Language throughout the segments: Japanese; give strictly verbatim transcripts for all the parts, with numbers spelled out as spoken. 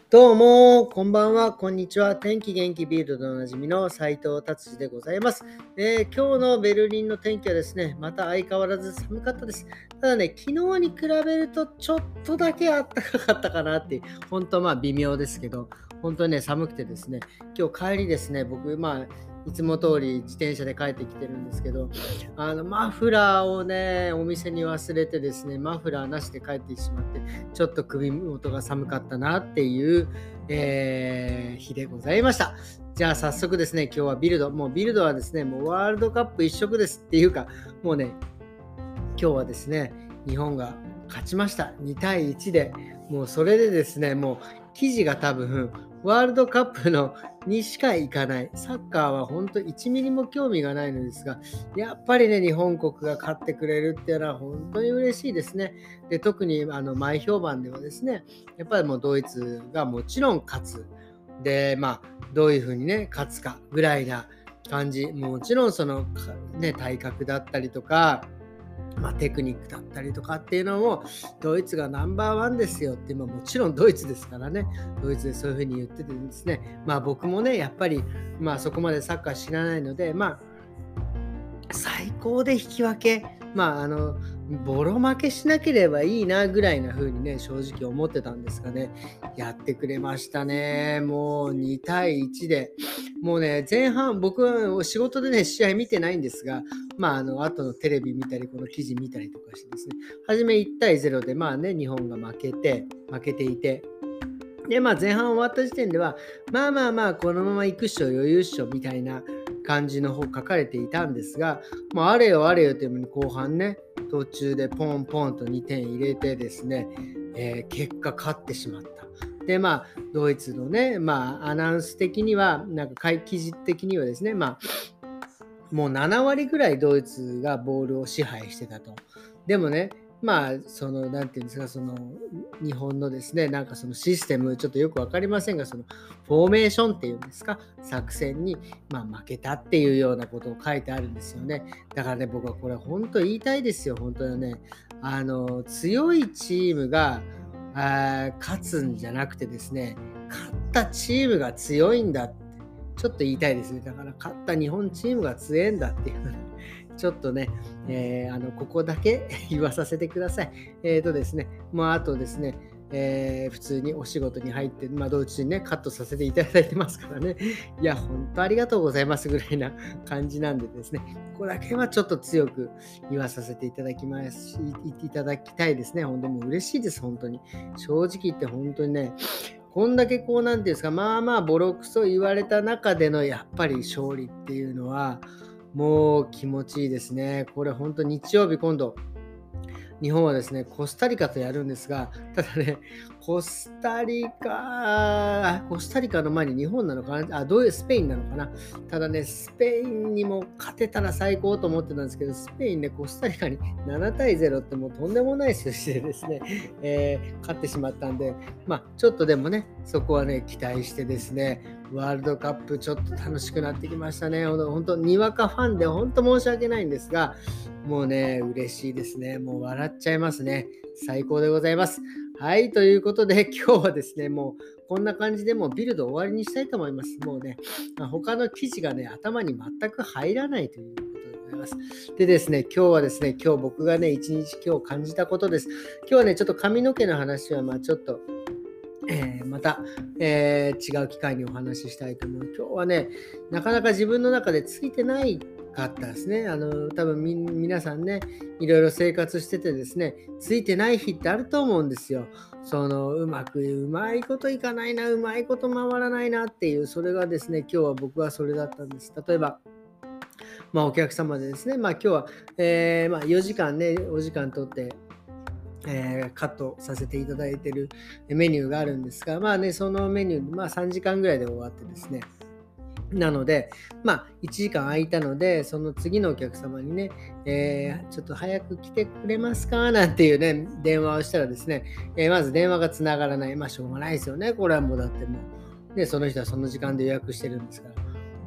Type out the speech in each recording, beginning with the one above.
どうも、こんばんは、こんにちは。天気元気ビルドでおなじみの斉藤達治でございます、えー今日のベルリンの天気はですね、また相変わらず寒かったです。ただね、昨日に比べるとちょっとだけ暖かかったかなっていう、本当まあ微妙ですけど、本当にね、寒くてですね、今日帰りですね、僕、まあ、いつも通り自転車で帰ってきてるんですけど、あのマフラーをね、お店に忘れてですね、マフラーなしで帰ってしまって、ちょっと首元が寒かったなっていう、えー日でございました。じゃあ早速ですね、今日はビルド、もうビルドはですね、もうワールドカップ一色ですっていうか、もうね、今日はですね、日本が勝ちました。に対いちで、もうそれでですね、もう記事が多分、ワールドカップのにしか行かない。サッカーは本当いちミリも興味がないのですが、やっぱりね、日本国が勝ってくれるっていうのは本当に嬉しいですね。で、特にあの前評判ではですね、やっぱりもうドイツがもちろん勝つ。で、まあ、どういうふうにね、勝つかぐらいな感じ。もちろんその、かね、体格だったりとか、まあ、テクニックだったりとかっていうのもドイツがナンバーワンですよって、まあ、もちろんドイツですからね、ドイツでそういうふうに言っててですね、まあ僕もねやっぱり、まあ、そこまでサッカー知らないので、まあ最高で引き分け、まあ、あの、ボロ負けしなければいいなぐらいな風にね、正直思ってたんですがね、やってくれましたね。もうに対いちで、もうね、前半、僕は仕事でね、試合見てないんですが、まあ、あの、後のテレビ見たり、この記事見たりとかしてですね、初めいち対ゼロで、まあね、日本が負けて、負けていて、で、まあ、前半終わった時点では、まあまあまあ、このまま行くっしょ、余裕っしょ、みたいな感じの方書かれていたんですが、もうあれよあれよというのに後半ね、途中でポンポンとにてん入れてですね、えー結果勝ってしまった。で、まあ、ドイツのね、まあ、アナウンス的には、なんか会記事的にはですね、まあ、もうなな割ぐらいドイツがボールを支配してたと。でもね、まあ、その、なんていうんですか、その、日本のですね、なんかそのシステム、ちょっとよくわかりませんが、その、フォーメーションっていうんですか、作戦に、まあ、負けたっていうようなことを書いてあるんですよね。だからね、僕はこれ本当言いたいですよ、本当にね。あの、強いチームが、あー勝つんじゃなくてですね、勝ったチームが強いんだって、ちょっと言いたいですね。だから勝った日本チームが強いんだっていうのね、ちょっとね、えーあのここだけ言わさせてください。えーとですね、まあ、あとですね、えー普通にお仕事に入って、まあ、同時にね、カットさせていただいてますからね。いや、本当ありがとうございますぐらいな感じなんでですね、ここだけはちょっと強く言わさせていただきますし、いいただきたいですね。本当もう嬉しいです、本当に。正直言って本当にね、こんだけこう、なんていうんですか、まあまあ、ボロクソ言われた中でのやっぱり勝利っていうのは、もう気持ちいいですね。これ本当日曜日今度、日本はですね、コスタリカとやるんですが、ただね、コスタリカ、あコスタリカの前に日本なのかな、あ、どういうスペインなのかな。ただね、スペインにも勝てたら最高と思ってたんですけど、スペインね、コスタリカになな対ゼロってもうとんでもない数字でですね、えー勝ってしまったんで、まあ、ちょっとでもね、そこはね、期待してですね、ワールドカップちょっと楽しくなってきましたね。本当、にわかファンで本当申し訳ないんですが、もうね、嬉しいですね。もう笑っちゃいますね。最高でございます。はい、ということで、今日はですね、もうこんな感じでもうビルド終わりにしたいと思います。もうね、まあ他の記事がね、頭に全く入らないということでございます。でですね、今日はですね、今日僕がね、一日今日感じたことです。今日はね、ちょっと髪の毛の話は、まあちょっと、えーまた、えー違う機会にお話ししたいと思う。今日はね、なかなか自分の中でついてないかったですね。あの、多分み皆さんね、いろいろ生活しててですね、ついてない日ってあると思うんですよ。その、うまく、うまいこといかないな、うまいこと回らないなっていう、それがですね、今日は僕はそれだったんです。例えば、まあ、お客様でですね、まあ、今日は、えーまあ、よじかんね、お時間とって、えーカットさせていただいているメニューがあるんですが、まあね、そのメニュー、まあさんじかんぐらいで終わってですね、なので、まあ、いちじかん空いたので、その次のお客様にね、えーちょっと早く来てくれますかなんていうね、電話をしたらですね、えーまず電話がつながらない。まあ、しょうがないですよね。これはもうだってもう、ね、その人はその時間で予約してるんですから。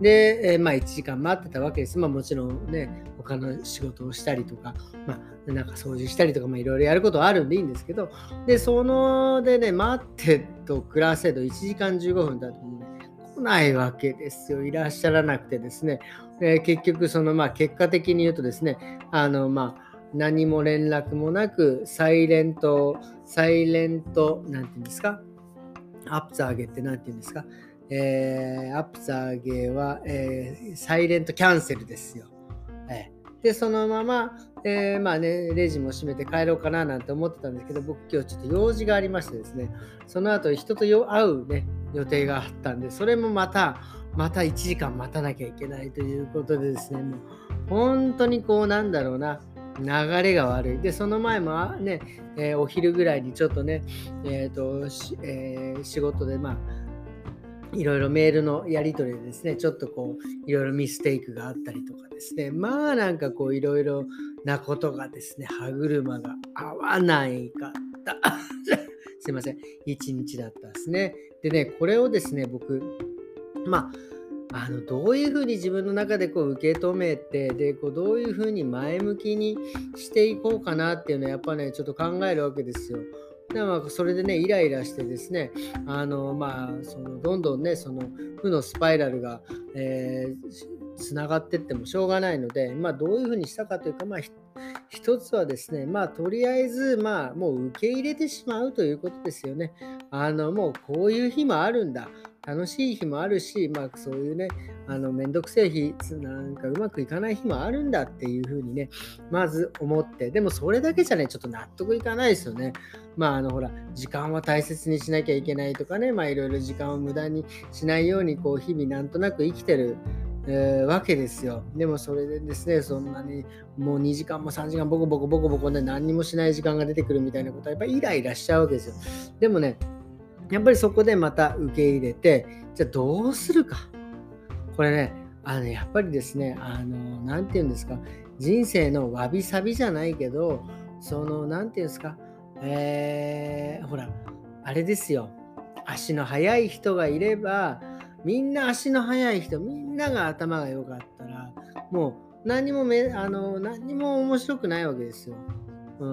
で、えーまあ、いちじかん待ってたわけです。まあ、もちろんね、他の仕事をしたりとか、まあ、なんか掃除したりとか、まあ、いろいろやることはあるんでいいんですけど、で、そのでね、待ってと暮らせどいちじかんじゅうごふんだともうね、来ないわけですよ。いらっしゃらなくてですね、えー結局、その、まあ、結果的に言うとですね、あの、まあ、何も連絡もなく、サイレント、サイレント、なんていうんですか、アップザーゲってなんて言うんですか、えー、アップザーゲは、えーサイレントキャンセルですよ。えーで、そのまま、えーまあね、レジも閉めて帰ろうかななんて思ってたんですけど、僕今日ちょっと用事がありましてですね、その後人とよ会うね、予定があったんで、それもまた、またいちじかん待たなきゃいけないということでですね、もう本当にこうなんだろうな、流れが悪い。で、その前もあね、えーお昼ぐらいにちょっとね、えっと、しえー仕事で、まあ、いろいろメールのやり取りでですね、ちょっとこう、いろいろミステイクがあったりとかですね、まあなんかこう、いろいろなことがですね、歯車が合わないかった。すいません、一日だったですね。でね、これをですね、僕、まあ、あのどういうふうに自分の中でこう受け止めて、でこうどういうふうに前向きにしていこうかなっていうのはやっぱねちょっと考えるわけですよ。でまあそれでねイライラしてですねあのまあそのどんどんねその負のスパイラルが、えー、つながってってもしょうがないので、まあ、どういうふうにしたかというか、まあ、ひ一つはですね、まあ、とりあえず、まあ、もう受け入れてしまうということですよね。あの、もうこういう日もあるんだ。楽しい日もあるし、まあ、そういうね、あの、めんどくせえ日、つなんかうまくいかない日もあるんだっていうふうにね、まず思って、でもそれだけじゃね、ちょっと納得いかないですよね。まあ、あの、ほら、時間は大切にしなきゃいけないとかね、まあ、いろいろ時間を無駄にしないように、こう、日々なんとなく生きてる、えーわけですよ。でもそれでですね、そんなにもうにじかんもさんじかんボコボコボコボコね、何にもしない時間が出てくるみたいなことはやっぱりイライラしちゃうわけですよ。でもね、やっぱりそこでまた受け入れて、じゃあどうするか。これね、あのやっぱりですね、あの、なんていうんですか、人生のわびさびじゃないけど、その、なんていうんですか、えー、ほら、あれですよ、足の速い人がいれば、みんな足の速い人、みんなが頭が良かったら、もう何もめ、あの、何も面白くないわけですよ。うん、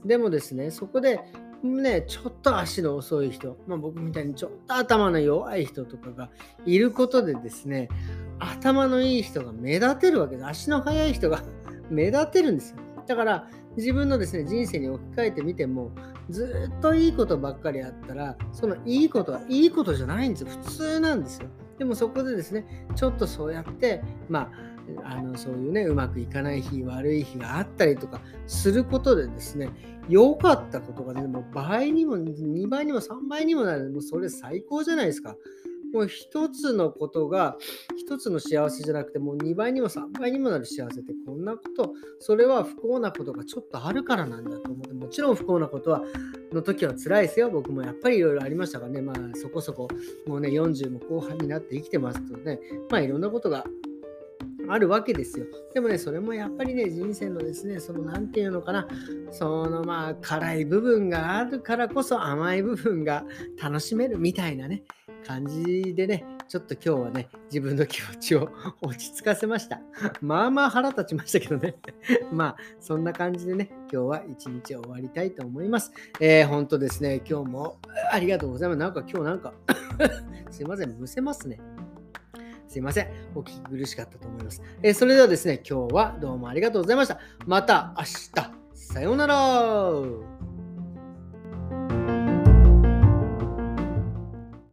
でもですね、そこで、ね、ちょっと足の遅い人、まあ、僕みたいにちょっと頭の弱い人とかがいることでですね、頭のいい人が目立てるわけです。足の速い人が目立てるんですよ。だから自分のですね、人生に置き換えてみても、ずっといいことばっかりあったら、そのいいことはいいことじゃないんですよ。普通なんですよ。でもそこでですね、ちょっとそうやって、まあ、あのそういうね、うまくいかない日、悪い日があったりとかすることでですね、良かったことがね、もう倍にもにばいにもさんばいにもなる。もうそれ最高じゃないですか。もう一つのことが一つの幸せじゃなくて、もうにばいにもさんばいにもなる幸せってこんなこと、それは不幸なことがちょっとあるからなんだと思って、もちろん不幸なことはの時は辛いですよ。僕もやっぱりいろいろありましたからね、まあそこそこもうねよんじゅうも後半になって生きてますとね、まあいろんなことがあるわけですよ。でもね、それもやっぱりね、人生のですね、そのなんていうのかな、そのまあ辛い部分があるからこそ甘い部分が楽しめるみたいなね、感じでね、ちょっと今日はね、自分の気持ちを落ち着かせました。まあまあ腹立ちましたけどね。まあ、そんな感じでね、今日は一日終わりたいと思います。えー、本当ですね、今日もありがとうございます。なんか今日なんかすいません、むせますね。すいません。お聞き苦しかったと思います。えーそれではですね、今日はどうもありがとうございました。また明日。さようなら。